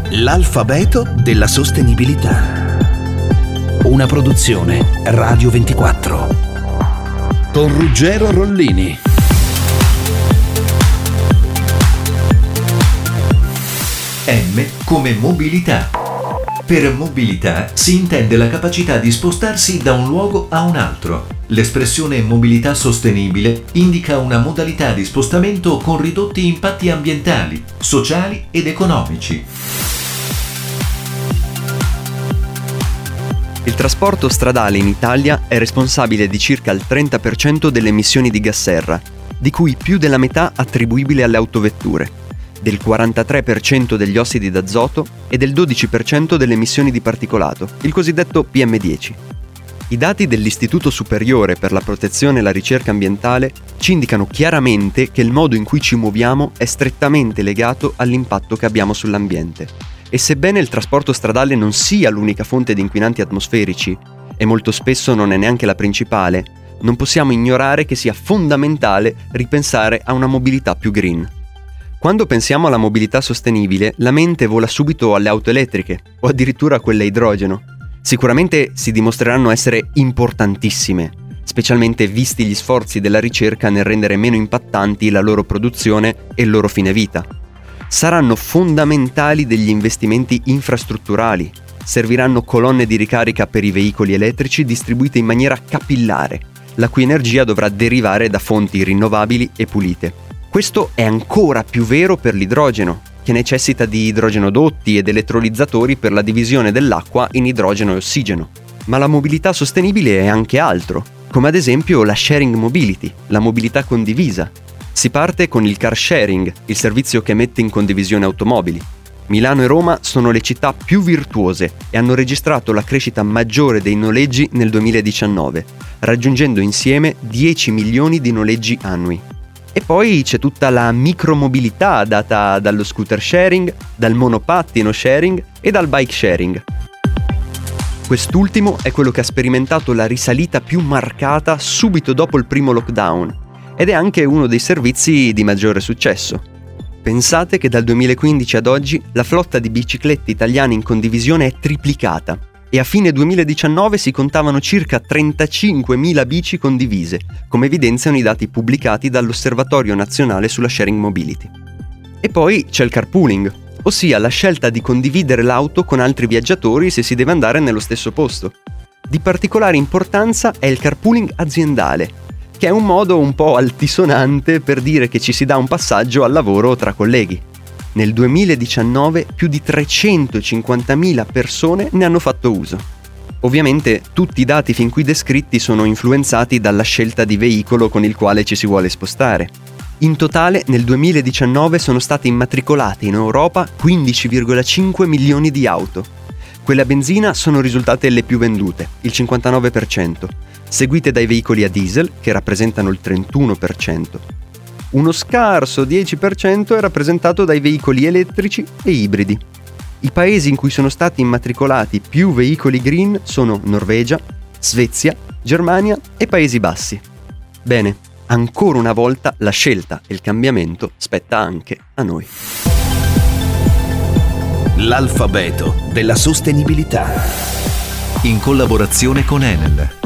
L'alfabeto della sostenibilità. Una produzione Radio 24. Con Ruggero Rollini. M come mobilità. Per mobilità si intende la capacità di spostarsi da un luogo a un altro. L'espressione mobilità sostenibile indica una modalità di spostamento con ridotti impatti ambientali, sociali ed economici. Il trasporto stradale in Italia è responsabile di circa il 30% delle emissioni di gas serra, di cui più della metà attribuibile alle autovetture, del 43% degli ossidi d'azoto e del 12% delle emissioni di particolato, il cosiddetto PM10. I dati dell'Istituto Superiore per la Protezione e la Ricerca Ambientale ci indicano chiaramente che il modo in cui ci muoviamo è strettamente legato all'impatto che abbiamo sull'ambiente. E sebbene il trasporto stradale non sia l'unica fonte di inquinanti atmosferici, e molto spesso non è neanche la principale, non possiamo ignorare che sia fondamentale ripensare a una mobilità più green. Quando pensiamo alla mobilità sostenibile, la mente vola subito alle auto elettriche, o addirittura a quelle a idrogeno. Sicuramente si dimostreranno essere importantissime, specialmente visti gli sforzi della ricerca nel rendere meno impattanti la loro produzione e il loro fine vita. Saranno fondamentali degli investimenti infrastrutturali, serviranno colonne di ricarica per i veicoli elettrici distribuite in maniera capillare, la cui energia dovrà derivare da fonti rinnovabili e pulite. Questo è ancora più vero per l'idrogeno, che necessita di idrogenodotti ed elettrolizzatori per la divisione dell'acqua in idrogeno e ossigeno. Ma la mobilità sostenibile è anche altro, come ad esempio la sharing mobility, la mobilità condivisa. Si parte con il car sharing, il servizio che mette in condivisione automobili. Milano e Roma sono le città più virtuose e hanno registrato la crescita maggiore dei noleggi nel 2019, raggiungendo insieme 10 milioni di noleggi annui. E poi c'è tutta la micromobilità data dallo scooter sharing, dal monopattino sharing e dal bike sharing. Quest'ultimo è quello che ha sperimentato la risalita più marcata subito dopo il primo lockdown ed è anche uno dei servizi di maggiore successo. Pensate che dal 2015 ad oggi la flotta di biciclette italiane in condivisione è triplicata e a fine 2019 si contavano circa 35.000 bici condivise, come evidenziano i dati pubblicati dall'Osservatorio Nazionale sulla Sharing Mobility. E poi c'è il carpooling, ossia la scelta di condividere l'auto con altri viaggiatori se si deve andare nello stesso posto. Di particolare importanza è il carpooling aziendale, che è un modo un po' altisonante per dire che ci si dà un passaggio al lavoro tra colleghi. Nel 2019 più di 350.000 persone ne hanno fatto uso. Ovviamente tutti i dati fin qui descritti sono influenzati dalla scelta di veicolo con il quale ci si vuole spostare. In totale nel 2019 sono state immatricolate in Europa 15,5 milioni di auto. Quelle a benzina sono risultate le più vendute, il 59%, seguite dai veicoli a diesel, che rappresentano il 31%. Uno scarso 10% è rappresentato dai veicoli elettrici e ibridi. I paesi in cui sono stati immatricolati più veicoli green sono Norvegia, Svezia, Germania e Paesi Bassi. Bene, ancora una volta la scelta e il cambiamento spetta anche a noi. L'alfabeto della sostenibilità. In collaborazione con Enel.